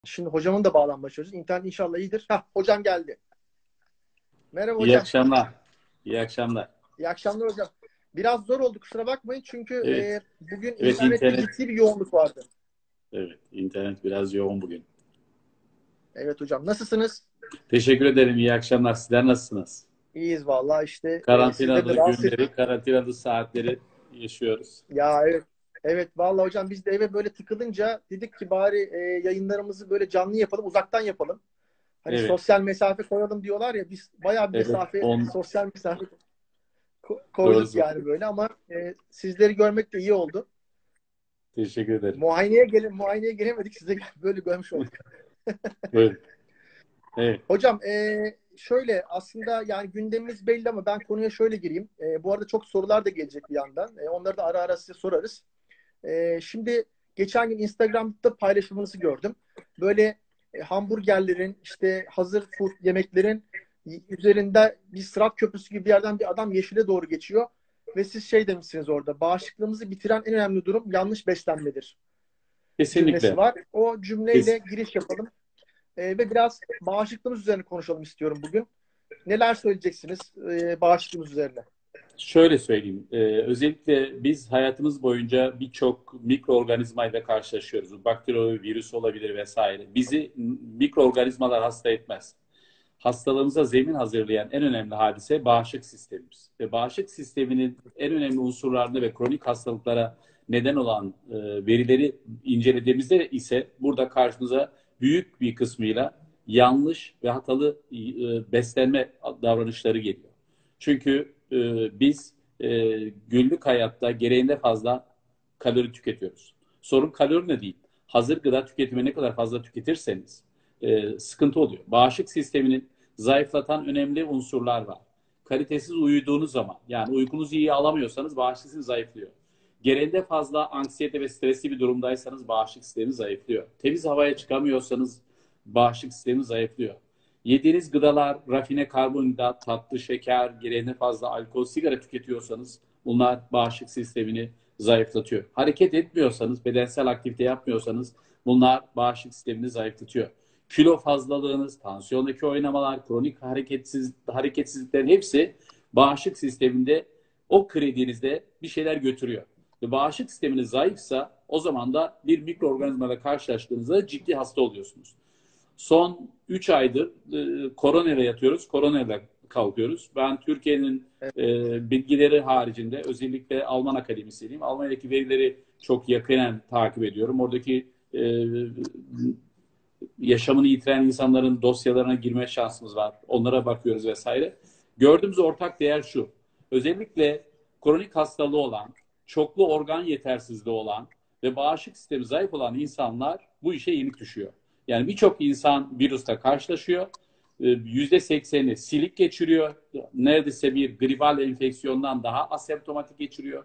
Şimdi hocamın da bağlanma çalışıyoruz. İnternet inşallah iyidir. Hah, hocam geldi. Merhaba İyi hocam. akşamlar. İyi akşamlar. İyi akşamlar hocam. Biraz zor oldu, kusura bakmayın. Çünkü Evet. bugün Evet internette internet. ciddi bir yoğunluk vardı. Evet, internet biraz yoğun bugün. Evet hocam. Nasılsınız? Teşekkür ederim. İyi akşamlar. Sizler nasılsınız? İyiyiz vallahi işte. Sizleri de Karantinalı rahatsız. günleri, karantinalı saatleri yaşıyoruz. Ya evet. Evet vallahi hocam, biz de eve böyle tıkılınca dedik ki bari yayınlarımızı böyle canlı yapalım, uzaktan yapalım. Hani Evet. sosyal mesafe koyalım diyorlar ya, biz bayağı bir Evet. sosyal mesafe Doğru koyduk yani söylüyorsun. böyle, ama sizleri görmek de iyi oldu. Teşekkür ederim. Muayeneye gelemedik. Size böyle görmüş olduk. Buyurun. Evet. Hocam şöyle aslında, yani gündemimiz belli ama ben konuya şöyle gireyim. Bu arada çok sorular da gelecek bir yandan. Onları da ara ara size sorarız. Şimdi geçen gün Instagram'da paylaşımınızı gördüm. Böyle hamburgerlerin, işte hazır food yemeklerin üzerinde bir Sırat Köprüsü gibi bir yerden bir adam yeşile doğru geçiyor. Ve siz şey demişsiniz orada: bağışıklığımızı bitiren en önemli durum yanlış beslenmedir cümlesi Kesinlikle. var. O cümleyle Kes- giriş yapalım. Ve biraz bağışıklığımız üzerine konuşalım istiyorum bugün. Neler söyleyeceksiniz bağışıklığımız üzerine? Şöyle söyleyeyim. Özellikle biz hayatımız boyunca birçok mikroorganizmayla karşılaşıyoruz. Bu bakteri olabilir, virüs olabilir vesaire. Bizi mikroorganizmalar hasta etmez. Hastalığımıza zemin hazırlayan en önemli hadise bağışıklık sistemimiz. Ve bağışıklık sisteminin en önemli unsurlarını ve kronik hastalıklara neden olan verileri incelediğimizde ise burada karşımıza büyük bir kısmıyla yanlış ve hatalı beslenme davranışları geliyor. Çünkü biz günlük hayatta gereğinde fazla kalori tüketiyoruz. Sorun kalori ne değil. Hazır gıda tüketimi ne kadar fazla tüketirseniz sıkıntı oluyor. Bağışıklık sisteminin zayıflatan önemli unsurlar var. Kalitesiz uyuduğunuz zaman, yani uykunuzu iyi alamıyorsanız bağışıklık sistemi zayıflıyor. Gereğinde fazla anksiyete ve stresli bir durumdaysanız bağışıklık sistemi zayıflıyor. Temiz havaya çıkamıyorsanız bağışıklık sistemi zayıflıyor. Yediğiniz gıdalar, rafine karbonhidrat, tatlı, şeker, gereğinde fazla alkol, sigara tüketiyorsanız bunlar bağışıklık sistemini zayıflatıyor. Hareket etmiyorsanız, bedensel aktivite yapmıyorsanız bunlar bağışıklık sistemini zayıflatıyor. Kilo fazlalığınız, tansiyondaki oynamalar, kronik hareketsizliklerin hepsi bağışıklık sisteminde o kredinizde bir şeyler götürüyor. Ve bağışıklık sisteminiz zayıfsa o zaman da bir mikroorganizmayla karşılaştığınızda ciddi hasta oluyorsunuz. Son 3 aydır koronayla yatıyoruz, koronayla kalkıyoruz. Ben Türkiye'nin Evet. bilgileri haricinde özellikle Alman akademisyeniyim. Almanya'daki verileri çok yakinen takip ediyorum. Oradaki yaşamını yitiren insanların dosyalarına girme şansımız var. Onlara bakıyoruz vesaire. Gördüğümüz ortak değer şu: özellikle kronik hastalığı olan, çoklu organ yetersizliği olan ve bağışıklık sistemi zayıf olan insanlar bu işe yenik düşüyor. Yani birçok insan virüsle karşılaşıyor. %80'i silik geçiriyor. Neredeyse bir gribal enfeksiyondan daha asemptomatik geçiriyor.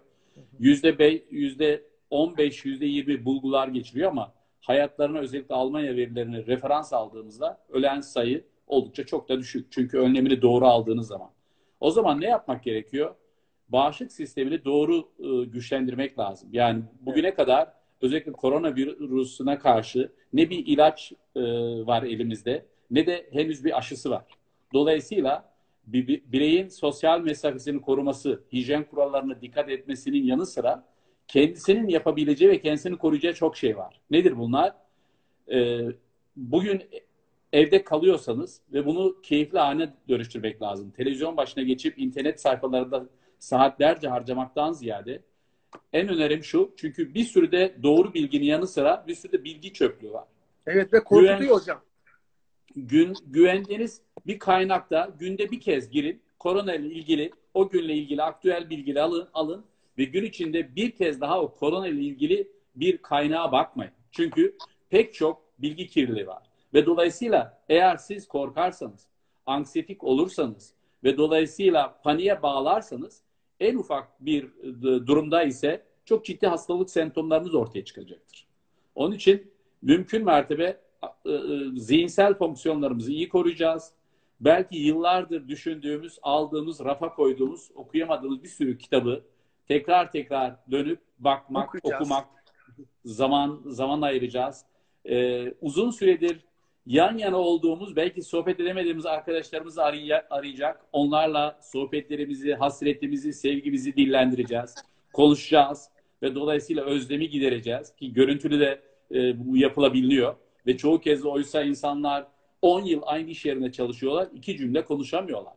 %15, %20 bulgular geçiriyor ama hayatlarına, özellikle Almanya verilerini referans aldığımızda ölen sayı oldukça çok da düşük. Çünkü önlemini doğru aldığınız zaman. O zaman ne yapmak gerekiyor? Bağışıklık sistemini doğru güçlendirmek lazım. Yani Evet. bugüne kadar özellikle koronavirüsüne karşı ne bir ilaç var elimizde ne de henüz bir aşısı var. Dolayısıyla bireyin sosyal mesafesini koruması, hijyen kurallarına dikkat etmesinin yanı sıra kendisinin yapabileceği ve kendisini koruyacağı çok şey var. Nedir bunlar? Bugün evde kalıyorsanız ve bunu keyifli haline dönüştürmek lazım. Televizyon başına geçip internet sayfalarında saatlerce harcamaktan ziyade en önerim şu: çünkü bir sürü de doğru bilginin yanı sıra bir sürü de bilgi çöplüğü var. Evet, ve Güven, korkutuyor hocam. güvendiğiniz bir kaynakta günde bir kez girin. Korona ile ilgili, o günle ilgili aktüel bilgileri alın ve gün içinde bir kez daha o korona ile ilgili bir kaynağa bakmayın. Çünkü pek çok bilgi kirliliği var. Ve dolayısıyla eğer siz korkarsanız, anksiyetik olursanız ve dolayısıyla paniğe bağlarsanız en ufak bir durumda ise çok ciddi hastalık semptomlarınız ortaya çıkacaktır. Onun için mümkün mertebe zihinsel fonksiyonlarımızı iyi koruyacağız. Belki yıllardır düşündüğümüz, aldığımız, rafa koyduğumuz, okuyamadığımız bir sürü kitabı tekrar tekrar dönüp bakmak, Okuyacağız. okumak, zaman ayıracağız. uzun süredir yan yana olduğumuz, belki sohbet edemediğimiz arkadaşlarımızı arayacak. Onlarla sohbetlerimizi, hasretimizi, sevgimizi dillendireceğiz. Konuşacağız ve dolayısıyla özlemi gidereceğiz. Ki görüntülü de bu yapılabiliyor. Ve çoğu kez oysa insanlar 10 yıl aynı iş yerinde çalışıyorlar, 2 cümle konuşamıyorlar.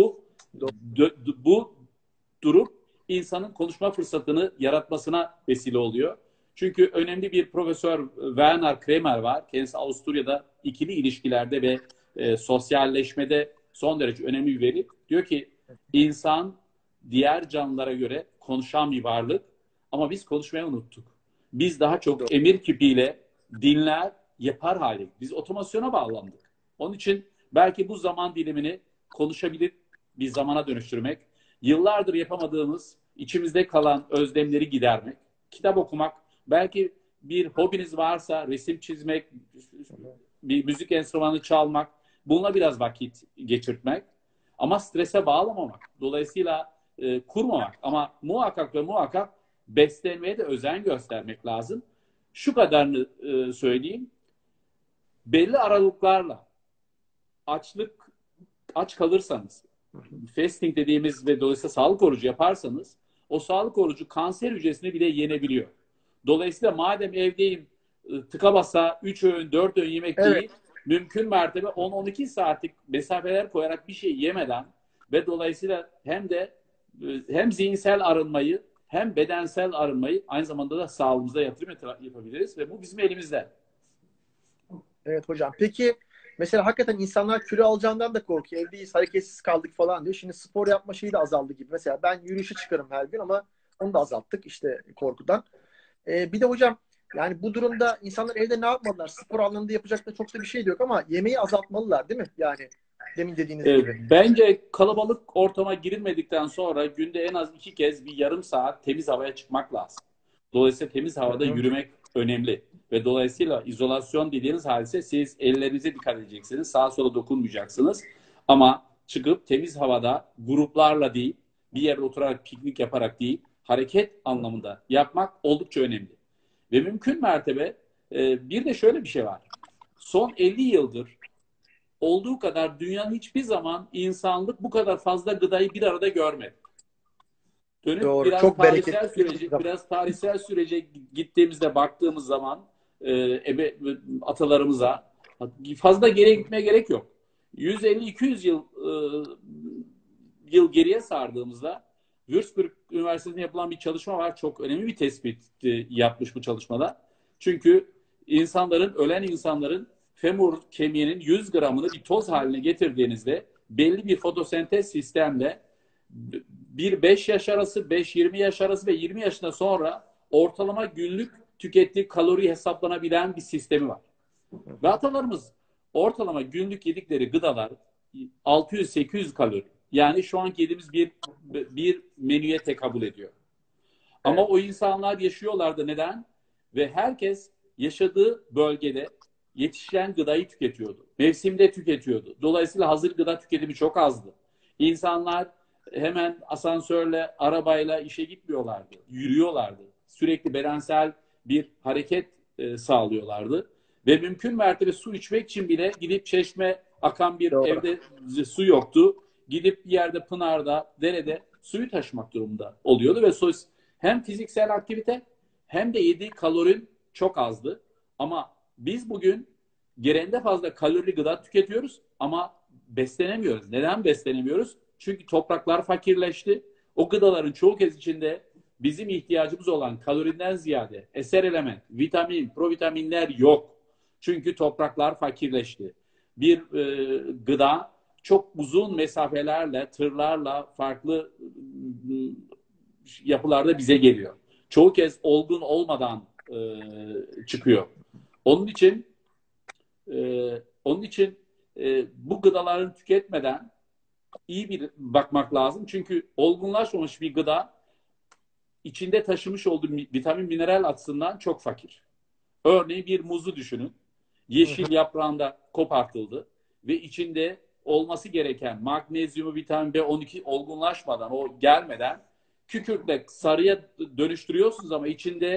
Bu durum insanın konuşma fırsatını yaratmasına vesile oluyor. Çünkü önemli bir profesör Werner Kremer var. Kendisi Avusturya'da ikili ilişkilerde ve sosyalleşmede son derece önemli bir veri. Diyor ki insan diğer canlılara göre konuşan bir varlık ama biz konuşmayı unuttuk. Biz daha çok emir kipiyle dinler, yapar hale. Biz otomasyona bağlandık. Onun için belki bu zaman dilimini konuşabilir bir zamana dönüştürmek, yıllardır yapamadığımız, içimizde kalan özlemleri gidermek, kitap okumak, belki bir hobiniz varsa resim çizmek, bir müzik enstrümanı çalmak, bununla biraz vakit geçirtmek ama strese bağlamamak, dolayısıyla kurmamak ama muhakkak ve muhakkak beslenmeye de özen göstermek lazım. Şu kadarını söyleyeyim, belli aralıklarla aç kalırsanız, fasting dediğimiz ve dolayısıyla sağlık orucu yaparsanız, o sağlık orucu kanser hücresini bile yenebiliyor. Dolayısıyla madem evdeyim, tıka basa 3 öğün 4 öğün yemek değil, mümkün mertebe 10-12 saatlik mesafeler koyarak bir şey yemeden ve dolayısıyla hem zihinsel arınmayı hem bedensel arınmayı aynı zamanda da sağlığımıza yatırım yapabiliriz ve bu bizim elimizde. Evet hocam. Peki mesela hakikaten insanlar kilo alacağından da korkuyor. Evdeyiz, hareketsiz kaldık falan diyor. Şimdi spor yapma şeyi de azaldı gibi. Mesela ben yürüyüşe çıkarım her gün ama onu da azalttık işte korkudan. Bir de hocam yani bu durumda insanlar evde ne yapmalılar? Spor anlamında yapacak da çok da bir şey de yok ama yemeği azaltmalılar değil mi? Yani demin dediğiniz gibi. Bence kalabalık ortama girilmedikten sonra günde en az 2 kez bir yarım saat temiz havaya çıkmak lazım. Dolayısıyla temiz havada yürümek önemli. Ve dolayısıyla izolasyon dediğiniz hadise siz ellerinize dikkat edeceksiniz. Sağa sola dokunmayacaksınız. Ama çıkıp temiz havada gruplarla değil, bir yerde oturarak piknik yaparak değil, hareket anlamında yapmak oldukça önemli. Ve mümkün mertebe bir de şöyle bir şey var. Son 50 yıldır olduğu kadar dünyanın hiçbir zaman insanlık bu kadar fazla gıdayı bir arada görmedi. Dönüp Doğru. biraz çok biraz tarihsel sürece gittiğimizde baktığımız zaman atalarımıza fazla geriye gitmeye gerek yok. 150-200 yıl geriye sardığımızda Würzburg Üniversitesi'nde yapılan bir çalışma var. Çok önemli bir tespit yapmış bu çalışmada. Çünkü ölen insanların femur kemiğinin 100 gramını bir toz haline getirdiğinizde belli bir fotosentez sistemle bir 5 yaş arası, 5-20 yaş arası ve 20 yaşından sonra ortalama günlük tükettiği kalori hesaplanabilen bir sistemi var. Ve atalarımız ortalama günlük yedikleri gıdalar 600-800 kalori. Yani şu anki yediğimiz bir menüye tekabül ediyor. Ama o insanlar yaşıyorlardı. Neden? Ve herkes yaşadığı bölgede yetişen gıdayı tüketiyordu. Mevsimde tüketiyordu. Dolayısıyla hazır gıda tüketimi çok azdı. İnsanlar hemen asansörle, arabayla işe gitmiyorlardı. Yürüyorlardı. Sürekli bedensel bir hareket sağlıyorlardı. Ve mümkün mertebe su içmek için bile gidip çeşme akan bir evde su yoktu. Gidip bir yerde pınarda, derede suyu taşımak durumunda oluyordu. Ve hem fiziksel aktivite hem de yediği kalorin çok azdı. Ama biz bugün gereğinde fazla kalorili gıda tüketiyoruz ama beslenemiyoruz. Neden beslenemiyoruz? Çünkü topraklar fakirleşti. O gıdaların çoğu kez içinde bizim ihtiyacımız olan kaloriden ziyade eser element, vitamin, provitaminler yok. Çünkü topraklar fakirleşti. Bir gıda çok uzun mesafelerle, tırlarla farklı yapılarda bize geliyor. Çoğu kez olgun olmadan çıkıyor. Onun için bu gıdaların tüketmeden iyi bir bakmak lazım. Çünkü olgunlaşmamış bir gıda içinde taşımış olduğu vitamin, mineral açısından çok fakir. Örneğin bir muzu düşünün. Yeşil yaprağında kopartıldı ve içinde olması gereken magnezyumu, vitamin B12 olgunlaşmadan, o gelmeden kükürtle sarıya dönüştürüyorsunuz ama içinde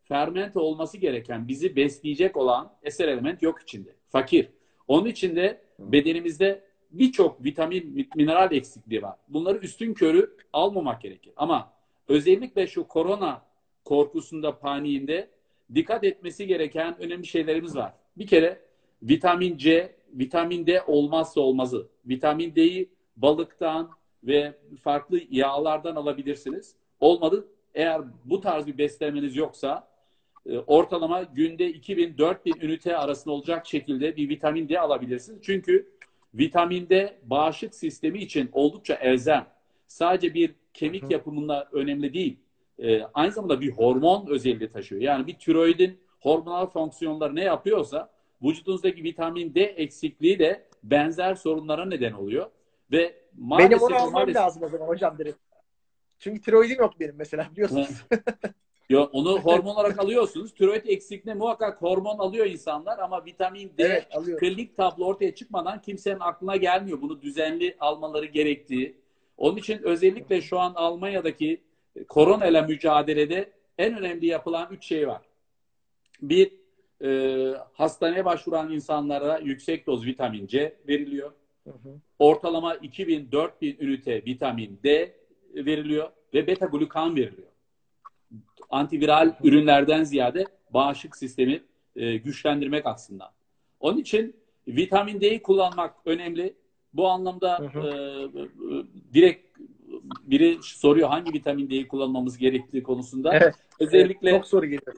fermente olması gereken, bizi besleyecek olan eser element yok içinde. Fakir. Onun içinde bedenimizde birçok vitamin, mineral eksikliği var. Bunları üstün körü almamak gerekir. Ama özellikle şu korona korkusunda, paniğinde dikkat etmesi gereken önemli şeylerimiz var. Bir kere vitamin C, vitamin D olmazsa olmazı. Vitamin D'yi balıktan ve farklı yağlardan alabilirsiniz. Olmadı, eğer bu tarz bir beslenmeniz yoksa ortalama günde 2000-4000 ünite arasında olacak şekilde bir vitamin D alabilirsiniz. Çünkü vitamin D bağışıklık sistemi için oldukça elzem. Sadece bir kemik yapımında önemli değil. Aynı zamanda bir hormon özelliği taşıyor. Yani bir tiroidin hormonal fonksiyonları ne yapıyorsa vücudunuzdaki vitamin D eksikliği de benzer sorunlara neden oluyor. Ve Benim onu maalesef almam lazım o zaman hocam direkt. Çünkü tiroidim yok benim mesela, biliyorsunuz. onu hormon olarak alıyorsunuz. Tiroid eksikliğine muhakkak hormon alıyor insanlar ama vitamin D Evet, alıyorum. klinik tablo ortaya çıkmadan kimsenin aklına gelmiyor. Bunu düzenli almaları gerektiği. Onun için özellikle şu an Almanya'daki korona ile mücadelede en önemli yapılan 3 şey var. Bir, hastaneye başvuran insanlara yüksek doz vitamin C veriliyor. Ortalama 2000-4000 ünite vitamin D veriliyor ve beta glukan veriliyor. Antiviral ürünlerden ziyade bağışıklık sistemi güçlendirmek açısından. Onun için vitamin D'yi kullanmak önemli. Bu anlamda direkt biri soruyor hangi vitamin D'yi kullanmamız gerektiği konusunda. Evet, Özellikle çok soru geliyor.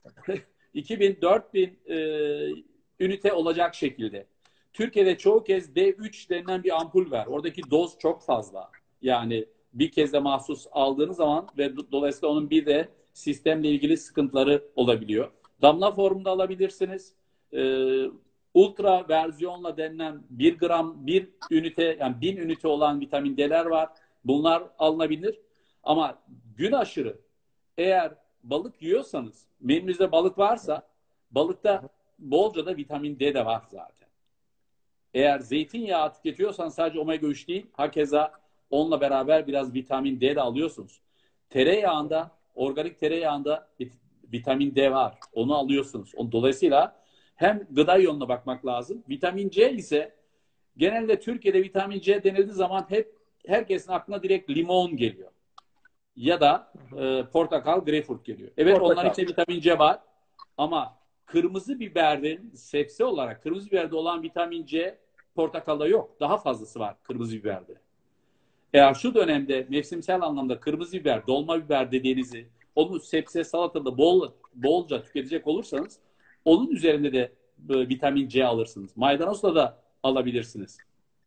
2000-4000 ünite olacak şekilde. Türkiye'de çoğu kez D3 denilen bir ampul var. Oradaki doz çok fazla. Yani bir kez de mahsus aldığınız zaman ve dolayısıyla onun bir de sistemle ilgili sıkıntıları olabiliyor. Damla formunda alabilirsiniz. Ultra versiyonla denilen 1 gram 1 ünite, yani 1000 ünite olan vitamin D'ler var. Bunlar alınabilir. Ama gün aşırı eğer balık yiyorsanız, menünüzde balık varsa balıkta bolca da vitamin D de var zaten. Eğer zeytinyağı tüketiyorsan sadece omega 3 değil, hakeza onunla beraber biraz vitamin D de alıyorsunuz. Tereyağında, organik tereyağında vitamin D var. Onu alıyorsunuz. Dolayısıyla hem gıda yoluna bakmak lazım. Vitamin C ise genelde Türkiye'de vitamin C denildiği zaman hep herkesin aklına direkt limon geliyor. Ya da portakal, greyfurt geliyor. Evet, Portakal. onların içinde vitamin C var. Ama kırmızı biberin sebze olarak kırmızı biberde olan vitamin C portakalda yok. Daha fazlası var kırmızı biberde. Eğer şu dönemde mevsimsel anlamda kırmızı biber, dolma biber dediğinizi onu sebze salatada bolca tüketecek olursanız onun üzerinde de vitamin C alırsınız. Maydanozla da alabilirsiniz.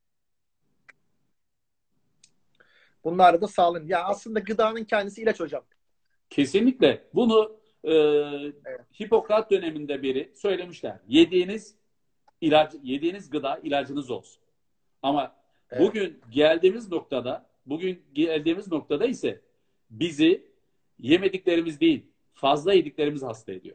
Bunlar da sağlıklı. Yani aslında gıdanın kendisi ilaç hocam. Kesinlikle. Bunu Hipokrat döneminde beri söylemişler. Yediğiniz gıda ilacınız olsun. Ama bugün geldiğimiz noktada ise bizi yemediklerimiz değil, fazla yediklerimiz hasta ediyor.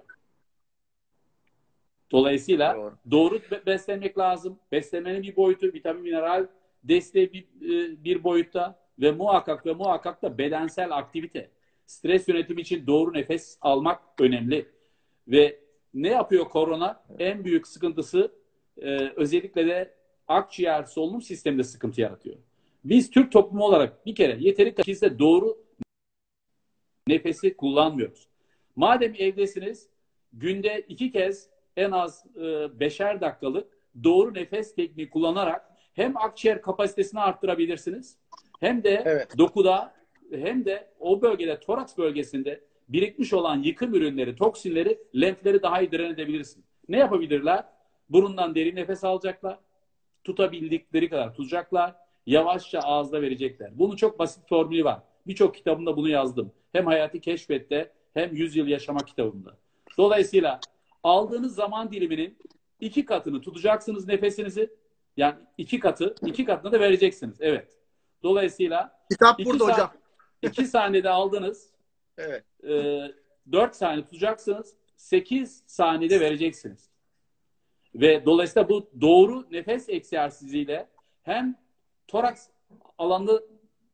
Dolayısıyla doğru beslenmek lazım. Beslenmenin bir boyutu, vitamin, mineral desteği bir boyutta ve muhakkak da bedensel aktivite. Stres yönetimi için doğru nefes almak önemli. Ve ne yapıyor korona? En büyük sıkıntısı özellikle de akciğer solunum sisteminde sıkıntı yaratıyor. Biz Türk toplumu olarak bir kere yeteri doğru nefesi kullanmıyoruz. Madem evdesiniz, günde 2 kez en az 5'er dakikalık doğru nefes tekniği kullanarak hem akciğer kapasitesini arttırabilirsiniz, hem de dokuda, hem de o bölgede, toraks bölgesinde birikmiş olan yıkım ürünleri, toksinleri, lenfleri daha iyi dren edebilirsin. Ne yapabilirler? Burundan derin nefes alacaklar, tutabildikleri kadar tutacaklar, yavaşça ağızda verecekler. Bunun çok basit formülü var. Birçok kitabımda bunu yazdım. Hem Hayati Keşfet'te hem 100 Yıl Yaşama kitabımda. Dolayısıyla aldığınız zaman diliminin 2 katını tutacaksınız nefesinizi. Yani 2 katını da vereceksiniz. Evet. Dolayısıyla kitap burada hocam. 2 saniyede aldınız. Evet. 4 saniye tutacaksınız. 8 saniyede vereceksiniz. Ve dolayısıyla bu doğru nefes egzersiziyle hem toraks alanını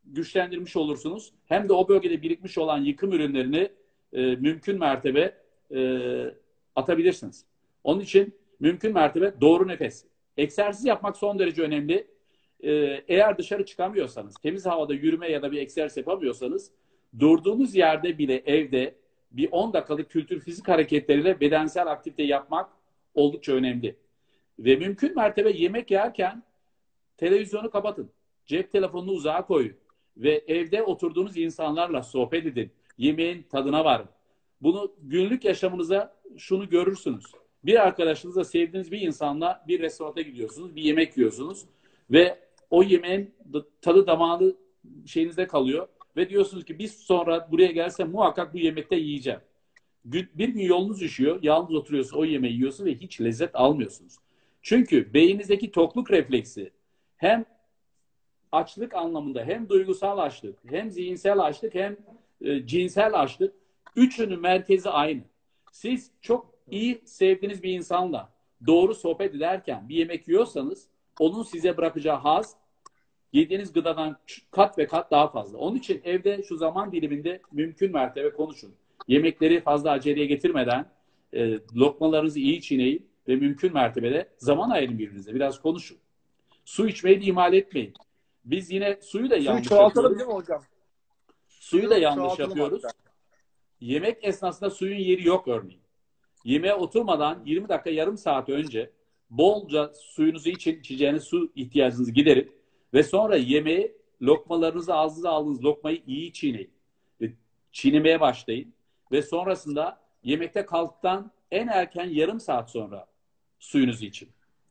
güçlendirmiş olursunuz, hem de o bölgede birikmiş olan yıkım ürünlerini mümkün mertebe atabilirsiniz. Onun için mümkün mertebe doğru nefes. Egzersiz yapmak son derece önemli. Eğer dışarı çıkamıyorsanız, temiz havada yürüme ya da bir egzersiz yapamıyorsanız, durduğunuz yerde bile evde bir 10 dakikalık kültür fizik hareketleriyle bedensel aktivite yapmak oldukça önemli. Ve mümkün mertebe yemek yerken televizyonu kapatın. Cep telefonunu uzağa koyun. Ve evde oturduğunuz insanlarla sohbet edin. Yemeğin tadına varın. Bunu günlük yaşamınıza şunu görürsünüz. Bir arkadaşınızla, sevdiğiniz bir insanla bir restorana gidiyorsunuz, bir yemek yiyorsunuz ve o yemeğin tadı damağını şeyinizde kalıyor ve diyorsunuz ki biz sonra buraya gelsem muhakkak bu yemekte yiyeceğim. Bir gün yolunuz düşüyor, yalnız oturuyorsunuz, o yemeği yiyorsunuz ve hiç lezzet almıyorsunuz. Çünkü beyninizdeki tokluk refleksi hem açlık anlamında, hem duygusal açlık, hem zihinsel açlık, hem cinsel açlık, üçünün merkezi aynı. Siz çok iyi sevdiğiniz bir insanla doğru sohbet ederken bir yemek yiyorsanız onun size bırakacağı haz yediğiniz gıdadan kat ve kat daha fazla. Onun için evde şu zaman diliminde mümkün mertebe konuşun. Yemekleri fazla aceleye getirmeden lokmalarınızı iyi çiğneyin ve mümkün mertebede zaman ayırın birbirinize. Biraz konuşun. Su içmeyi de ihmal etmeyin. Biz yine suyu da Suyu yanlış çoğaltalım yapıyoruz. değil mi hocam? Suyu da Suyu yanlış çoğaltalım yapıyoruz. hatta. Yemek esnasında suyun yeri yok örneğin. Yemeğe oturmadan 20 dakika, yarım saat önce bolca suyunuzu için, içeceğiniz su ihtiyacınızı giderip ve sonra yemeği, lokmalarınızı, ağzınıza aldığınız lokmayı iyi çiğneyin. Ve çiğnemeye başlayın. Ve sonrasında yemekte kalktıktan en erken yarım saat sonra suyunuzu için.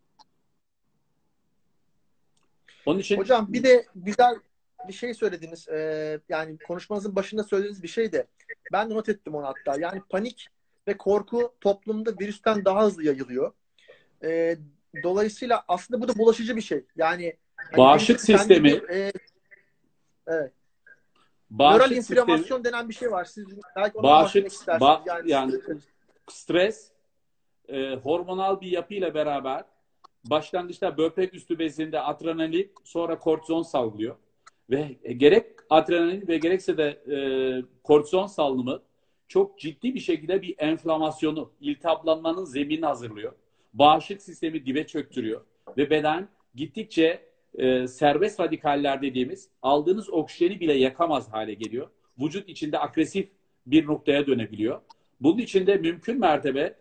Onun için Hocam bir de güzel bir şey söylediniz. Yani konuşmanızın başında söylediğiniz bir şey de ben de not ettim onu hatta. Yani panik ve korku toplumda virüsten daha hızlı yayılıyor. Ee, Dolayısıyla aslında bu da bulaşıcı bir şey. Yani hani bağışıklık virüs kendi sistemi bir evet, nöral bağışıklık sistemi inflamasyon denen bir şey var. Siz belki ondan bahsetmek istersiniz. Yani yani stres hormonal bir yapıyla beraber başlangıçta böbrek üstü bezinde adrenalin, sonra kortizon salgılıyor. Ve gerek adrenalin ve gerekse de kortizon salınımı çok ciddi bir şekilde bir enflamasyonu, iltihaplanmanın zeminini hazırlıyor. Bağışıklık sistemi dibe çöktürüyor. Ve beden gittikçe serbest radikaller dediğimiz aldığınız oksijeni bile yakamaz hale geliyor. Vücut içinde agresif bir noktaya dönebiliyor. Bunun için de mümkün mertebe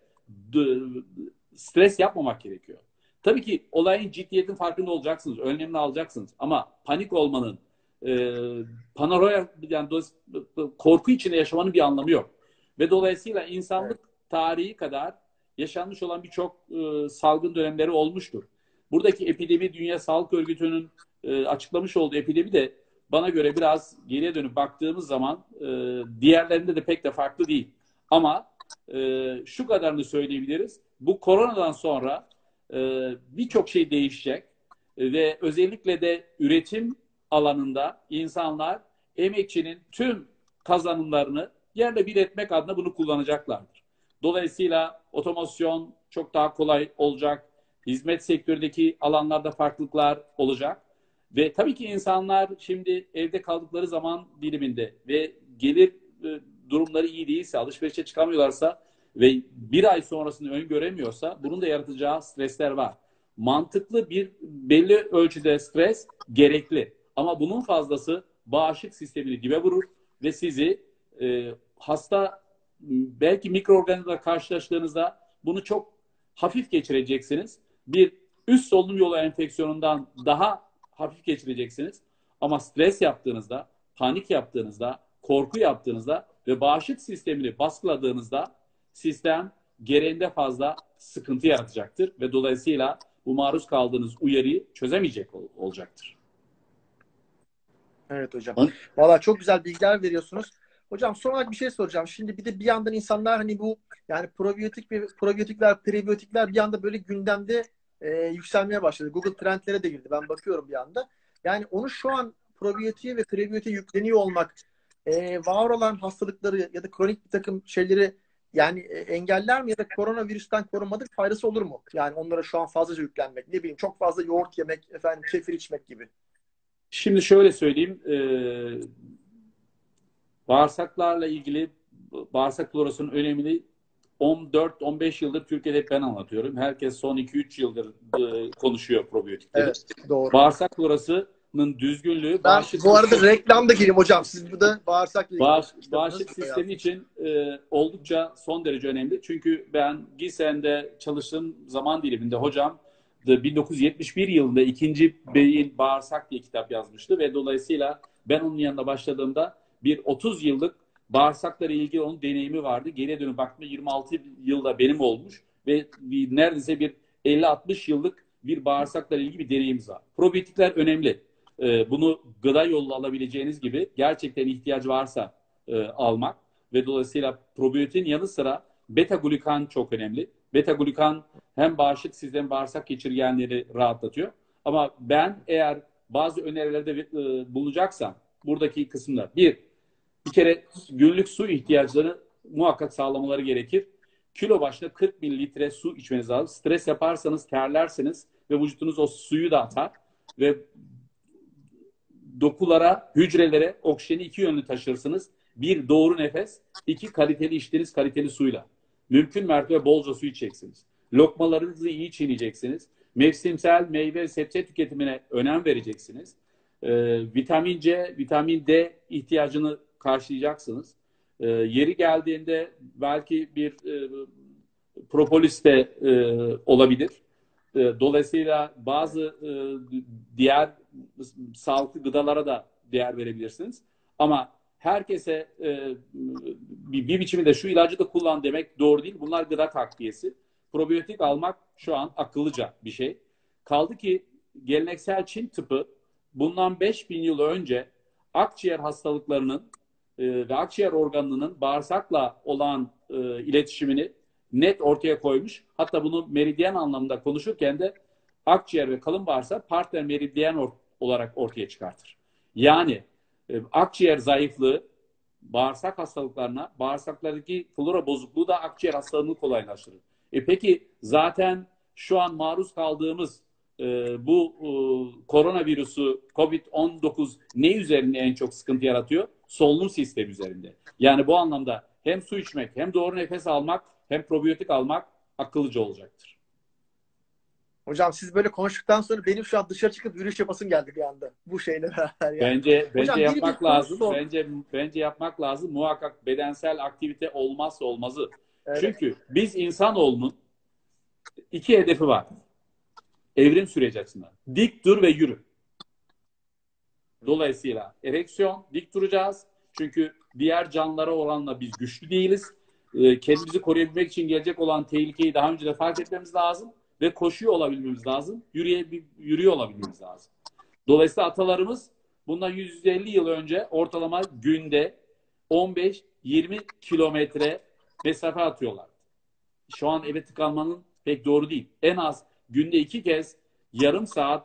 stres yapmamak gerekiyor. Tabii ki olayın ciddiyetin farkında olacaksınız, önlemini alacaksınız. Ama panik olmanın, paranoya, yani korku içinde yaşamanın bir anlamı yok. Ve dolayısıyla insanlık tarihi kadar yaşanmış olan birçok salgın dönemleri olmuştur. Buradaki epidemi, Dünya Sağlık Örgütü'nün açıklamış olduğu epidemi de bana göre biraz geriye dönüp baktığımız zaman diğerlerinde de pek de farklı değil. Ama şu kadarını söyleyebiliriz. Bu koronadan sonra birçok şey değişecek ve özellikle de üretim alanında insanlar emekçinin tüm kazanımlarını yerle bir etmek adına bunu kullanacaklardır. Dolayısıyla otomasyon çok daha kolay olacak. Hizmet sektöründeki alanlarda farklılıklar olacak. Ve tabii ki insanlar şimdi evde kaldıkları zaman diliminde ve gelir durumları iyi değilse, alışverişe çıkamıyorlarsa ve bir ay sonrasını öngöremiyorsa bunun da yaratacağı stresler var. Mantıklı bir belli ölçüde stres gerekli. Ama bunun fazlası bağışıklık sistemini dibe vurur ve sizi hasta, belki mikroorganizmalarla karşılaştığınızda bunu çok hafif geçireceksiniz. Bir üst solunum yolu enfeksiyonundan daha hafif geçireceksiniz. Ama stres yaptığınızda, panik yaptığınızda, korku yaptığınızda ve bağışıklık sistemini baskıladığınızda sistem gereğinde fazla sıkıntı yaratacaktır ve dolayısıyla bu maruz kaldığınız uyarıyı çözemeyecek olacaktır. evet hocam. Valla çok güzel bilgiler veriyorsunuz. Hocam son olarak bir şey soracağım. Şimdi bir de bir yandan insanlar hani bu yani probiyotikler, prebiyotikler bir anda böyle gündemde yükselmeye başladı. Google Trendlere de girdi. Ben bakıyorum bir anda. Yani onu şu an probiyotiğe ve prebiyotiğe yükleniyor olmak var olan hastalıkları ya da kronik bir takım şeyleri yani engeller mi ya da koronavirüsten korunmadık faydası olur mu? Yani onlara şu an fazlaca yüklenmek. Ne bileyim çok fazla yoğurt yemek, efendim kefir içmek gibi. Şimdi şöyle söyleyeyim. Bağırsaklarla ilgili bağırsak florasının önemini 14-15 yıldır Türkiye'de hep ben anlatıyorum. Herkes son 2-3 yıldır konuşuyor probiyotikleri. Evet, doğru. Bağırsak florasının düzgünlüğü Ben bağışıklık bu arada reklamda gireyim hocam. Siz burada bağırsakla ilgili kitabınız bağışıklık sistemi için oldukça son derece önemli. Çünkü ben Giesen'de çalıştığım zaman diliminde hocam 1971 yılında ikinci beyin bağırsak diye kitap yazmıştı ve dolayısıyla ben onun yanına başladığımda bir 30 yıllık bağırsaklara ilgili onun deneyimi vardı. Geriye dönüp baktığımda 26 yılda benim olmuş ve neredeyse bir 50-60 yıllık bir bağırsaklarla ilgili bir deneyimimiz var. Probiyotikler önemli. Bunu gıda yoluyla alabileceğiniz gibi gerçekten ihtiyaç varsa almak ve dolayısıyla probiyotin yanı sıra beta glukan çok önemli. Beta glukan hem bağışıklık sistemi bağırsak geçirgenleri rahatlatıyor. Ama ben eğer bazı önerilerde bulacaksam buradaki kısımlar bir kere günlük su ihtiyaçlarını muhakkak sağlamaları gerekir. Kilo başına 40 mililitre su içmeniz lazım. Stres yaparsanız terlersiniz ve vücudunuz o suyu da atar ve dokulara, hücrelere oksijeni iki yönlü taşırsınız. Bir, doğru nefes. İki, kaliteli içtiğiniz kaliteli suyla. Mümkün mertebe bolca su içeceksiniz. Lokmalarınızı iyi çiğneyeceksiniz. Mevsimsel meyve sebze tüketimine önem vereceksiniz. Vitamin C, vitamin D ihtiyacını karşılayacaksınız. Yeri geldiğinde belki bir propolis de olabilir. Dolayısıyla bazı diğer sağlıklı gıdalara da değer verebilirsiniz. Ama herkese bir biçimde şu ilacı da kullan demek doğru değil. Bunlar gıda takviyesi. Probiyotik almak şu an akıllıca bir şey. Kaldı ki geleneksel Çin tıpı bundan 5000 yıl önce akciğer hastalıklarının ve akciğer organının bağırsakla olan iletişimini net ortaya koymuş. Hatta bunu meridyen anlamında konuşurken de akciğer ve kalın bağırsak partner meridyen olarak ortaya çıkartır. Yani akciğer zayıflığı bağırsak hastalıklarına, bağırsaklardaki flora bozukluğu da akciğer hastalığını kolaylaştırır. Peki zaten şu an maruz kaldığımız bu koronavirüsü COVID-19 ne üzerinde en çok sıkıntı yaratıyor? Solunum sistemi üzerinde. Yani bu anlamda hem su içmek, hem doğru nefes almak, hem probiyotik almak akıllıca olacaktır. Hocam siz böyle konuştuktan sonra benim şu an dışarı çıkıp yürüyüş yapasım geldi bir anda. Bu şeyle beraber yani. Bence Hocam yapmak lazım. son. Bence yapmak lazım. Muhakkak bedensel aktivite olmazsa olmazı. Evet. Çünkü biz insanoğlunun iki hedefi var. Evrim süreci açısından. Dik dur ve yürü. Dolayısıyla ereksiyon, dik duracağız. Çünkü diğer canlılara oranla biz güçlü değiliz. Kendimizi koruyabilmek için gelecek olan tehlikeyi daha önce de fark etmemiz lazım. Ve koşuyor olabilmemiz lazım. Yürüyor olabilmemiz lazım. Dolayısıyla atalarımız bundan 150 yıl önce ortalama günde 15-20 kilometre mesafe atıyorlar. Şu an eve tıkanmanın pek doğru değil. En az günde 2 kez yarım saat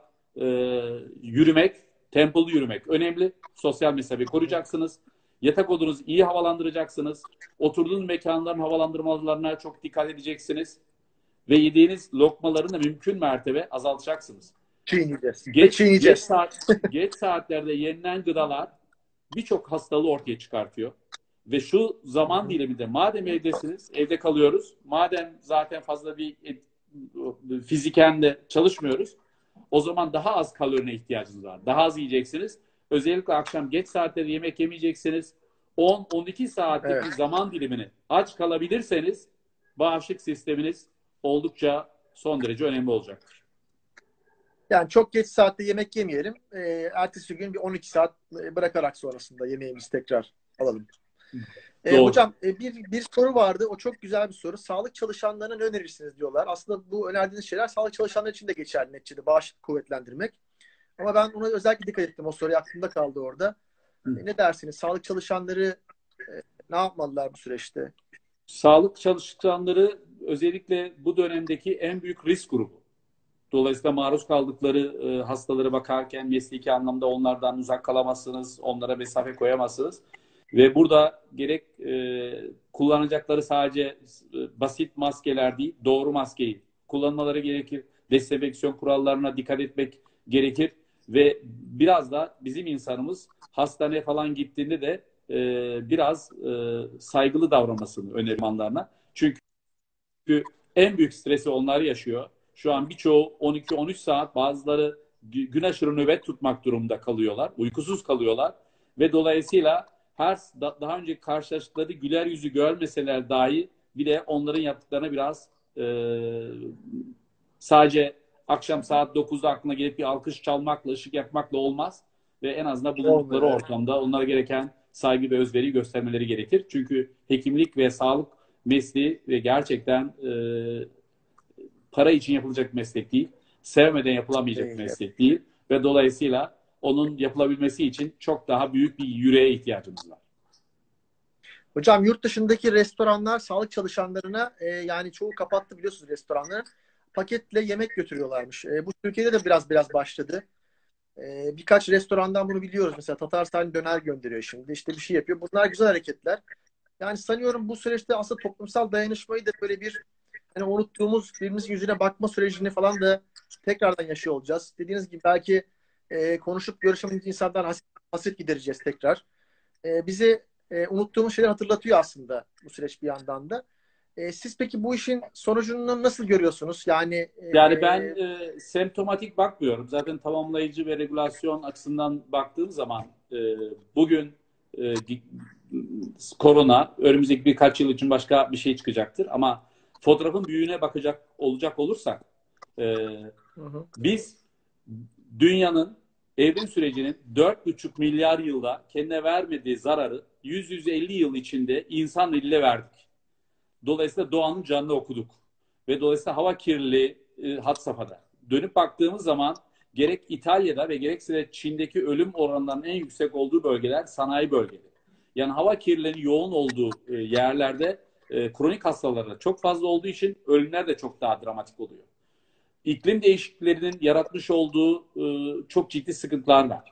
yürümek, tempolu yürümek önemli. Sosyal mesafeyi koruyacaksınız. Yatak odanızı iyi havalandıracaksınız. Oturduğunuz mekanların havalandırmalarına çok dikkat edeceksiniz. Ve yediğiniz lokmaların da mümkün mertebe azaltacaksınız. Çiğneyeceğiz. Geç saatlerde yenilen gıdalar birçok hastalığı ortaya çıkartıyor. Ve şu zaman diliminde madem evdesiniz, evde kalıyoruz, madem zaten fazla bir fiziken de çalışmıyoruz, o zaman daha az kalorine ihtiyacınız var. Daha az yiyeceksiniz. Özellikle akşam geç saatlerde yemek yemeyeceksiniz. 10-12 saatlik bir zaman dilimini aç kalabilirseniz bağışıklık sisteminiz oldukça son derece önemli olacaktır. Yani çok geç saatte yemek yemeyelim. Ertesi gün bir 12 saat bırakarak sonrasında yemeğimizi tekrar alalım. Hocam bir soru vardı. O çok güzel bir soru. Sağlık çalışanlarına ne önerirsiniz diyorlar. Aslında bu önerdiğiniz şeyler sağlık çalışanları için de geçerli neticede. Bağışıklık kuvvetlendirmek. Ama ben ona özellikle dikkat ettim. O soru aklımda kaldı orada. Ne dersiniz? Sağlık çalışanları ne yapmalılar bu süreçte? Sağlık çalışanları özellikle bu dönemdeki en büyük risk grubu. Dolayısıyla maruz kaldıkları hastalara bakarken mesleki anlamda onlardan uzak kalamazsınız, onlara mesafe koyamazsınız. Ve burada gerek kullanacakları sadece basit maskeler değil, doğru maskeyi kullanmaları gerekir. Dezenfeksiyon kurallarına dikkat etmek gerekir. Ve biraz da bizim insanımız hastaneye falan gittiğinde de biraz saygılı davranmasını öneririm anlarına. Çünkü Çünkü en büyük stresi onlar yaşıyor. Şu an birçoğu 12-13 saat, bazıları gün aşırı nöbet tutmak durumunda kalıyorlar. Uykusuz kalıyorlar. Ve dolayısıyla daha önce karşılaştıkları güler yüzü görmeseler dahi bile onların yaptıklarına biraz sadece akşam saat 9'da aklına gelip bir alkış çalmakla, ışık yakmakla olmaz. Ve en azından bulundukları Olmuyor. ortamda onlara gereken saygı ve özveriyi göstermeleri gerekir. Çünkü hekimlik ve sağlık mesleği ve gerçekten para için yapılacak meslek değil. Sevmeden yapılamayacak Değil. meslek değil. Ve dolayısıyla onun yapılabilmesi için çok daha büyük bir yüreğe ihtiyacımız var. Hocam yurt dışındaki restoranlar sağlık çalışanlarına yani çoğu kapattı biliyorsunuz restoranları. Paketle yemek götürüyorlarmış. Bu Türkiye'de de biraz başladı. Birkaç restorandan bunu biliyoruz. Mesela Tatarsan döner gönderiyor şimdi. İşte bir şey yapıyor. Bunlar güzel hareketler. Yani sanıyorum bu süreçte aslında toplumsal dayanışmayı da böyle bir hani unuttuğumuz birbirimizin yüzüne bakma sürecini falan da tekrardan yaşıyor olacağız. Dediğiniz gibi belki konuşup görüşemediğimiz insandan hasret gidereceğiz tekrar. Bizi unuttuğumuz şeyleri hatırlatıyor aslında bu süreç bir yandan da. Siz peki bu işin sonucunu nasıl görüyorsunuz? Yani Yani ben semptomatik bakmıyorum. Zaten tamamlayıcı ve regülasyon açısından baktığım zaman bugün e, korona önümüzdeki birkaç yıl için başka bir şey çıkacaktır. Ama fotoğrafın büyüğüne olacak olursak hı hı. biz dünyanın evrim sürecinin 4,5 milyar yılda kendine vermediği zararı 100-150 yıl içinde insan eliyle verdik. Dolayısıyla doğanın canını okuduk. Ve dolayısıyla hava kirliliği had safhada. Dönüp baktığımız zaman gerek İtalya'da ve gerekse de Çin'deki ölüm oranlarının en yüksek olduğu bölgeler sanayi bölgeleri. Yani hava kirliliğinin yoğun olduğu yerlerde kronik hastalıklar çok fazla olduğu için ölümler de çok daha dramatik oluyor. İklim değişikliklerinin yaratmış olduğu çok ciddi sıkıntılar var.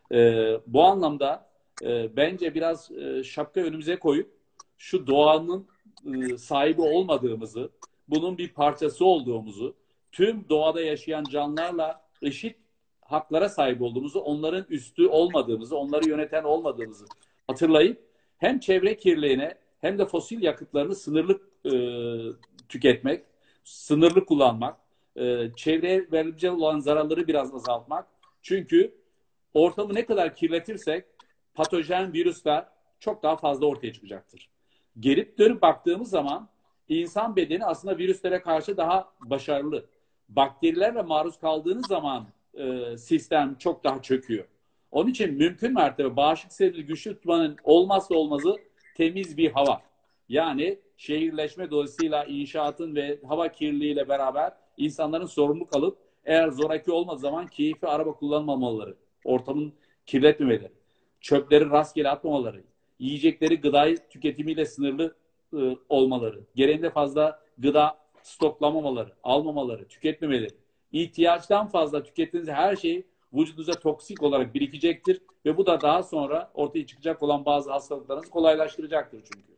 Bu anlamda bence biraz şapka önümüze koyup şu doğanın sahibi olmadığımızı, bunun bir parçası olduğumuzu, tüm doğada yaşayan canlılarla eşit haklara sahip olduğumuzu, onların üstü olmadığımızı, onları yöneten olmadığımızı hatırlayıp hem çevre kirliliğine hem de fosil yakıtlarını sınırlı tüketmek, sınırlı kullanmak, çevreye verilecek olan zararları biraz azaltmak. Çünkü ortamı ne kadar kirletirsek patojen virüsler çok daha fazla ortaya çıkacaktır. Gelip dönüp baktığımız zaman insan bedeni aslında virüslere karşı daha başarılı. Bakterilerle maruz kaldığınız zaman sistem çok daha çöküyor. Onun için mümkün mertebe bağışıklık sistemini güçlü tutmanın olmazsa olmazı temiz bir hava. Yani şehirleşme dolayısıyla inşaatın ve hava kirliliğiyle beraber insanların sorumluluk alıp eğer zoraki olmadığı zaman keyfi araba kullanmamaları, ortamın kirletmemeleri, çöpleri rastgele atmamaları, yiyecekleri gıdayı tüketimiyle sınırlı olmaları, gereğinde fazla gıda stoklamamaları, almamaları, tüketmemeleri, ihtiyaçtan fazla tükettiğiniz her şey vücudunuza toksik olarak birikecektir ve bu da daha sonra ortaya çıkacak olan bazı hastalıklarınızı kolaylaştıracaktır çünkü.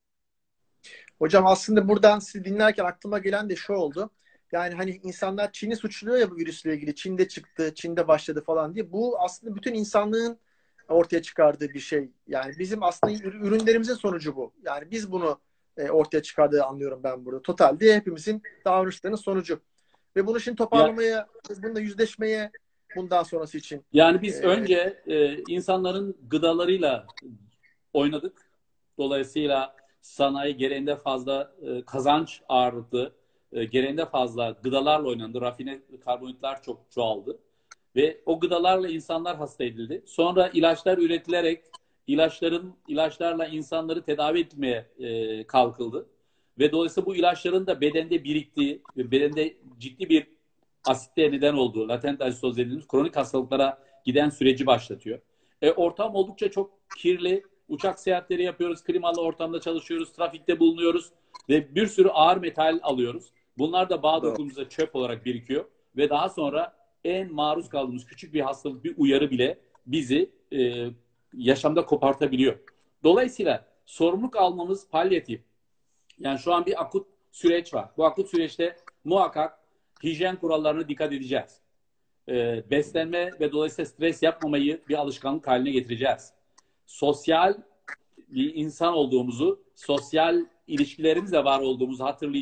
Hocam aslında buradan sizi dinlerken aklıma gelen de şu oldu. Yani hani insanlar Çin'i suçluyor ya bu virüsle ilgili. Çin'de çıktı, Çin'de başladı falan diye. Bu aslında bütün insanlığın ortaya çıkardığı bir şey. Yani bizim aslında ürünlerimizin sonucu bu. Yani biz bunu ortaya çıkardığı anlıyorum ben burada. Totalde hepimizin davranışlarının sonucu. Ve bunu şimdi Ya, toparlamaya, bununla yüzleşmeye bundan sonrası için. yani biz önce insanların gıdalarıyla oynadık. Dolayısıyla sanayi gereğinde fazla kazanç ağırlıklı, gereğinde fazla gıdalarla oynandı. Rafine karbonhidratlar çok çoğaldı. Ve o gıdalarla insanlar hasta edildi. Sonra ilaçlar üretilerek ilaçlarla insanları tedavi etmeye kalkıldı. Ve dolayısıyla bu ilaçların da bedende biriktiği ve bedende ciddi bir asitliğe neden olduğu, latent asitoz dediğimiz kronik hastalıklara giden süreci başlatıyor. Ortam oldukça çok kirli. Uçak seyahatleri yapıyoruz, klimalı ortamda çalışıyoruz, trafikte bulunuyoruz ve bir sürü ağır metal alıyoruz. Bunlar da bağ Doğru. dokumuzda çöp olarak birikiyor ve daha sonra en maruz kaldığımız küçük bir hastalık, bir uyarı bile bizi yaşamda kopartabiliyor. Dolayısıyla sorumluluk almamız palyatif. Yani şu an bir akut süreç var. Bu akut süreçte muhakkak hijyen kurallarına dikkat edeceğiz. Beslenme ve dolayısıyla stres yapmamayı bir alışkanlık haline getireceğiz. Sosyal bir insan olduğumuzu, sosyal ilişkilerimizle var olduğumuzu hatırlayacak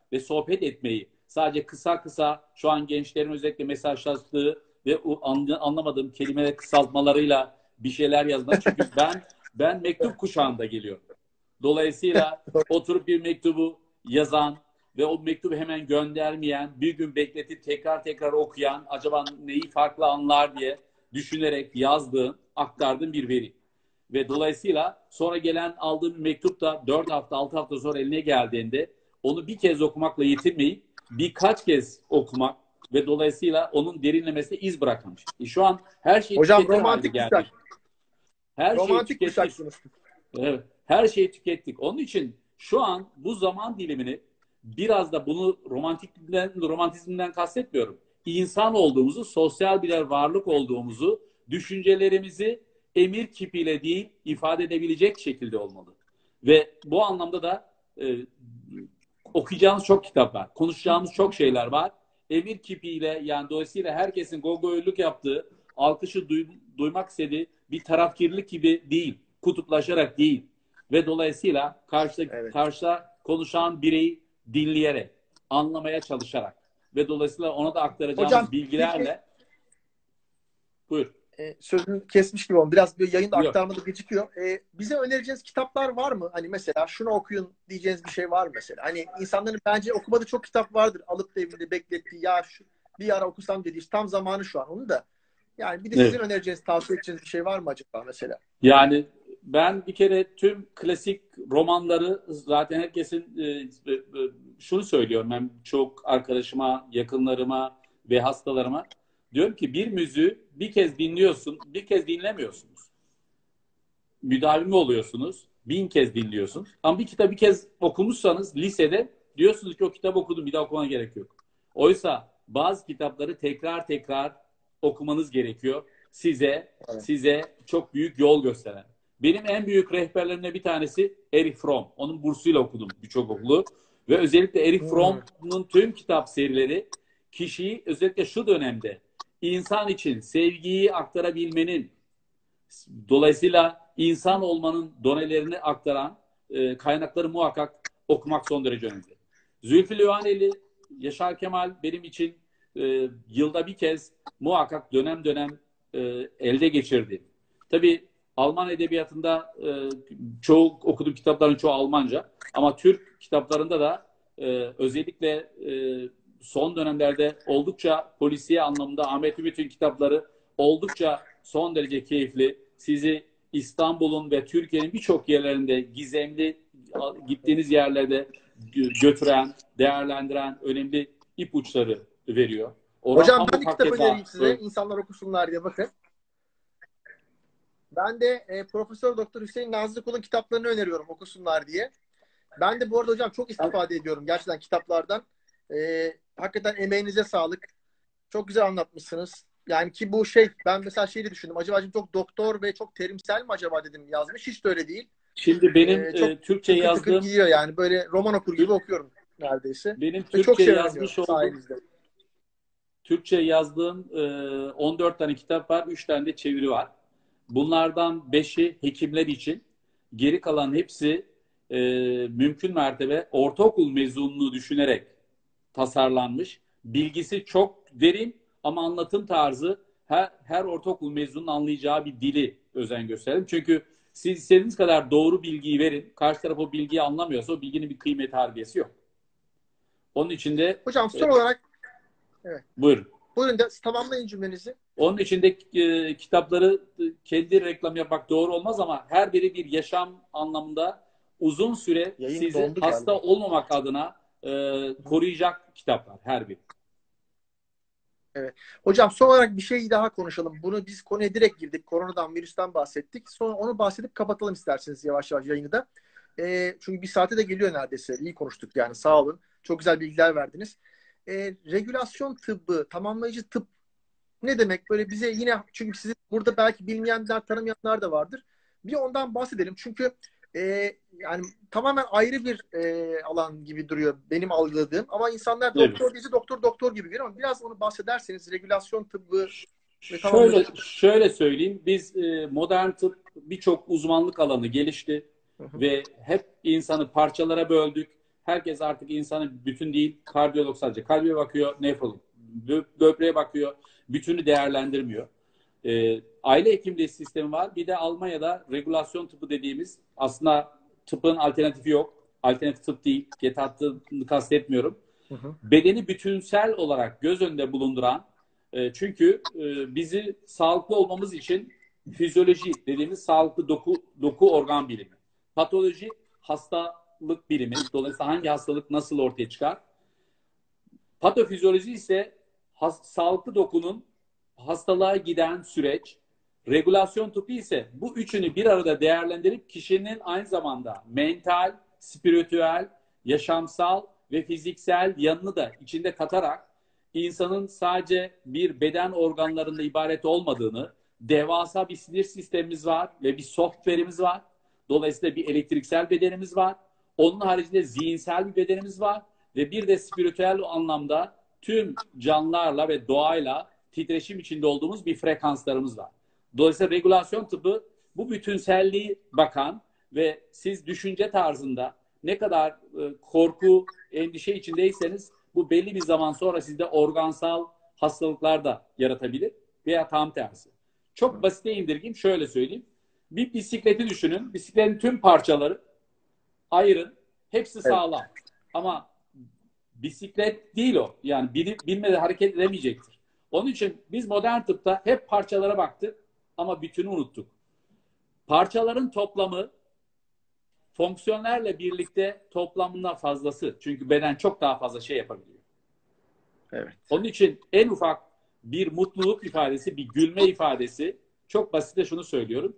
ve sohbet etmeyi, sadece kısa kısa şu an gençlerin özellikle mesajlaştığı ve anlamadığım kelime kısaltmalarıyla bir şeyler yazmak. Çünkü ben mektup kuşağında geliyorum. Dolayısıyla oturup bir mektubu yazan ve o mektubu hemen göndermeyen, bir gün bekletip tekrar tekrar okuyan, acaba neyi farklı anlar diye düşünerek yazdığım, aktardığım bir veri. Ve dolayısıyla sonra gelen aldığım bir mektup da 4 hafta, 6 hafta sonra eline geldiğinde onu bir kez okumakla yetinmeyip birkaç kez okumak ve dolayısıyla onun derinlemesine iz bırakmış. Şu an her şeyi Hocam tüketir halde romantik geldik. kuşak. Her şeyi Romantik tükettik. kuşaksınız. Evet, her şeyi tükettik. Onun için şu an bu zaman dilimini biraz da bunu romantizmden kastetmiyorum. İnsan olduğumuzu, sosyal birer varlık olduğumuzu, düşüncelerimizi emir kipiyle değil ifade edebilecek şekilde olmalı. Ve bu anlamda da okuyacağımız çok kitap var. Konuşacağımız çok şeyler var. Emir kipiyle yani dolayısıyla herkesin gogoyluk yaptığı, alkışı duymak istediği bir tarafkirlik gibi değil. Kutuplaşarak değil. Ve dolayısıyla karşıda konuşan bireyi dinleyerek, anlamaya çalışarak ve dolayısıyla ona da aktaracağımız Hocam bilgilerle peki, buyur. sözünü kesmiş gibi oldu. Biraz bir yayında Yok. aktarmada gecikiyor. Bize önereceğiniz kitaplar var mı? Hani mesela şunu okuyun diyeceğiniz bir şey var mı mesela? Hani insanların bence okumadığı çok kitap vardır. Alıp da evinde beklettiği ya şu bir ara okusam dediği işte tam zamanı şu an onu da. Yani bir de sizin Evet. önereceğiniz, tavsiye edeceğiniz bir şey var mı acaba mesela? Yani ben bir kere tüm klasik romanları zaten herkesin şunu söylüyorum ben çok arkadaşıma, yakınlarıma ve hastalarıma diyorum ki bir müziği bir kez dinliyorsun, bir kez dinlemiyorsunuz. Müdavimi oluyorsunuz, 1000 kez dinliyorsunuz. Ama bir kitabı bir kez okumuşsanız lisede diyorsunuz ki o kitabı okudum bir daha okumana gerek yok. Oysa bazı kitapları tekrar tekrar okumanız gerekiyor. Evet. Size çok büyük yol gösteren. Benim en büyük rehberlerimden bir tanesi Erich Fromm. Onun bursuyla okudum birçok okulu. Ve özellikle Erich Hmm. Fromm'un tüm kitap serileri kişiyi özellikle şu dönemde insan için sevgiyi aktarabilmenin dolayısıyla insan olmanın donelerini aktaran kaynakları muhakkak okumak son derece önemli. Zülfü Livaneli, Yaşar Kemal benim için yılda bir kez muhakkak dönem dönem elde geçirdi. Tabii Alman edebiyatında çoğu okuduğum kitapların çoğu Almanca ama Türk kitaplarında da özellikle son dönemlerde oldukça polisiye anlamda Ahmet Ümit'in kitapları oldukça son derece keyifli. Sizi İstanbul'un ve Türkiye'nin birçok yerlerinde gizemli gittiğiniz yerlerde götüren, değerlendiren önemli ipuçları veriyor. Orhan Hocam ben Pamuk de kitap hakeza önereyim size. İnsanlar okusunlar diye bakın. Ben de Profesör Doktor Hüseyin Nazlı Kul'un kitaplarını öneriyorum okusunlar diye. Ben de bu arada hocam çok istifade ediyorum gerçekten kitaplardan. Hakikaten emeğinize sağlık. Çok güzel anlatmışsınız. Yani ki bu şey ben mesela şeyi de düşündüm. Acaba çok doktor ve çok terimsel mi acaba dedim yazmış. Hiç de öyle değil. Şimdi benim Çok Türkçe tıkır tıkır yazdığım giyiyor yani. Böyle roman okur gibi okuyorum neredeyse. benim Ve çok Türkçe şey öğreniyorum yazmış olduğum sayenizde. 14 tane kitap var, 3 tane de çeviri var. Bunlardan 5'i hekimler için, geri kalan hepsi mümkün mertebe ortaokul mezunluğu düşünerek tasarlanmış. Bilgisi çok derin ama anlatım tarzı her ortaokul mezununun anlayacağı bir dili özen gösterelim. Çünkü siz istediğiniz kadar doğru bilgiyi verin. Karşı taraf o bilgiyi anlamıyorsa o bilginin bir kıymet harbiyesi yok. Onun için de Hocam son olarak evet. buyurun. Buyurun da tamamlayın cümlenizi. Onun içinde kitapları kendi reklam yapmak doğru olmaz ama her biri bir yaşam anlamında uzun süre Yayın sizi dondu hasta galiba. olmamak adına koruyacak kitaplar her biri. Evet. Hocam son olarak bir şey daha konuşalım. Bunu biz konuya direkt girdik. Koronadan, virüsten bahsettik. Sonra onu bahsedip kapatalım isterseniz yavaş yavaş yayını da. Çünkü bir saate de geliyor neredeyse. İyi konuştuk yani sağ olun. Çok güzel bilgiler verdiniz. Regülasyon tıbbı, tamamlayıcı tıp ne demek? Böyle bize yine çünkü sizi burada belki bilmeyenler, tanımayanlar da vardır. Bir ondan bahsedelim. Çünkü yani tamamen ayrı bir alan gibi duruyor benim algıladığım. Ama insanlar Evet. doktor diye doktor gibi görüyor ama biraz onu bahsederseniz regülasyon tıbbı ve Şöyle tamamlayıcı tıp. şöyle söyleyeyim. Biz modern tıp birçok uzmanlık alanı gelişti Hı hı. ve hep insanı parçalara böldük. Herkes artık insanı bütün değil, kardiyolog sadece. Kalbe bakıyor, nefrolog. Böbreğe bakıyor. Bütünü değerlendirmiyor. Aile hekimliği sistemi var. Bir de Almanya'da regülasyon tıpı dediğimiz, aslında tıpın alternatifi yok. Alternatif tıp değil. Getattığını kastetmiyorum. Hı hı. Bedeni bütünsel olarak göz önünde bulunduran, çünkü bizi sağlıklı olmamız için fizyoloji dediğimiz sağlıklı doku organ bilimi. Patoloji hastalık bilimi. Dolayısıyla hangi hastalık nasıl ortaya çıkar? Patofizyoloji ise sağlıklı dokunun hastalığa giden süreç. Regülasyon tıpı ise bu üçünü bir arada değerlendirip kişinin aynı zamanda mental, spiritüel, yaşamsal ve fiziksel yanını da içinde katarak insanın sadece bir beden organlarında ibaret olmadığını, devasa bir sinir sistemimiz var ve bir software'imiz var. Dolayısıyla bir elektriksel bedenimiz var. Onun haricinde zihinsel bir bedenimiz var ve bir de spiritüel anlamda tüm canlılarla ve doğayla titreşim içinde olduğumuz bir frekanslarımız var. Dolayısıyla regülasyon tıbı bu bütünselliği bakan ve siz düşünce tarzında ne kadar korku, endişe içindeyseniz bu belli bir zaman sonra sizde organsal hastalıklar da yaratabilir veya tam tersi. Çok basite indirgeyim, şöyle söyleyeyim. Bir bisikleti düşünün. Bisikletin tüm parçaları ayırın. Hepsi Evet. sağlam. Ama bisiklet değil o. Yani bilmeden hareket edemeyecektir. Onun için biz modern tıpta hep parçalara baktık ama bütünü unuttuk. Parçaların toplamı fonksiyonlarla birlikte toplamından fazlası. Çünkü beden çok daha fazla şey yapabiliyor. Evet. Onun için en ufak bir mutluluk ifadesi, bir gülme ifadesi, çok basit de şunu söylüyorum.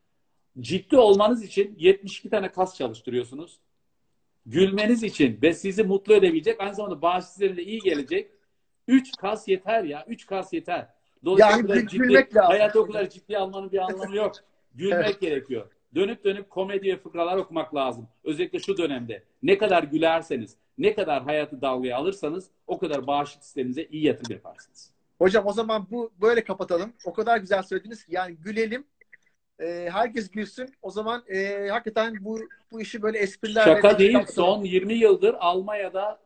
Ciddi olmanız için 72 tane kas çalıştırıyorsunuz. Gülmeniz için ve sizi mutlu edebilecek, aynı zamanda bağış sistemine iyi gelecek 3 kas yeter ya. 3 kas yeter. Dolayısıyla Yani gülmek lazım. hayatı o kadar ciddi almanın bir anlamı yok. Gülmek Evet. gerekiyor. Dönüp dönüp komedi ve fıkralar okumak lazım. Özellikle şu dönemde. Ne kadar gülerseniz, ne kadar hayatı dalgaya alırsanız o kadar bağışıklık sisteminize iyi yatırım yaparsınız. Hocam o zaman bu böyle kapatalım. O kadar güzel söylediniz ki yani gülelim. Herkes gülsün. O zaman hakikaten bu işi böyle esprilerle Şaka değil. kapatalım. Son 20 yıldır Almanya'da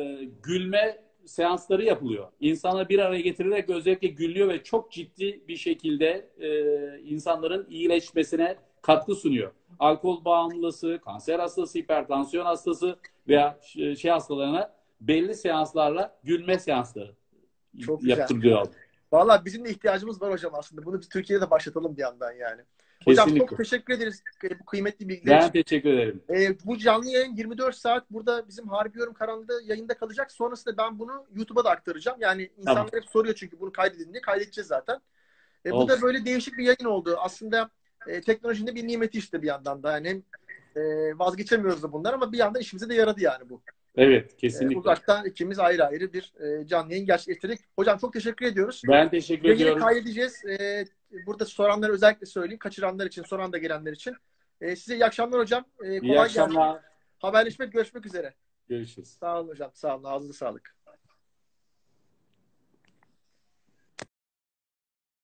gülme seansları yapılıyor. İnsanları bir araya getirerek özellikle gülüyor ve çok ciddi bir şekilde insanların iyileşmesine katkı sunuyor. Alkol bağımlısı, kanser hastası, hipertansiyon hastası veya şey hastalarına belli seanslarla gülme seansları Çok güzel. yaptırılıyor. Vallahi bizim de ihtiyacımız var hocam aslında. Bunu biz Türkiye'de de başlatalım bir yandan yani. Hocam Kesinlikle. çok teşekkür ederiz bu kıymetli bilgiler için. Ben teşekkür ederim. Bu canlı yayın 24 saat burada bizim Harbi Yorum kanalında yayında kalacak. Sonrasında ben bunu YouTube'a da aktaracağım. Yani insanlar hep soruyor çünkü bunu kaydedin diye. Kaydedeceğiz zaten. Bu da böyle değişik bir yayın oldu. Aslında teknolojinin de bir nimeti işte bir yandan da. Yani hem vazgeçemiyoruz da bunlar ama bir yandan işimize de yaradı yani bu. Evet, kesinlikle. Uzaktan ikimiz ayrı ayrı bir canlı yayın gerçekleştirdik. Hocam çok teşekkür ediyoruz. Ben teşekkür ediyorum. Kaydedeceğiz. Burada soranları özellikle söyleyeyim. Kaçıranlar için, soran da gelenler için. Size iyi akşamlar hocam. Kolay İyi akşamlar. gelsin. Haberleşmek, görüşmek üzere. Görüşürüz. Sağ olun hocam. Sağ olun. Ağzınıza sağlık.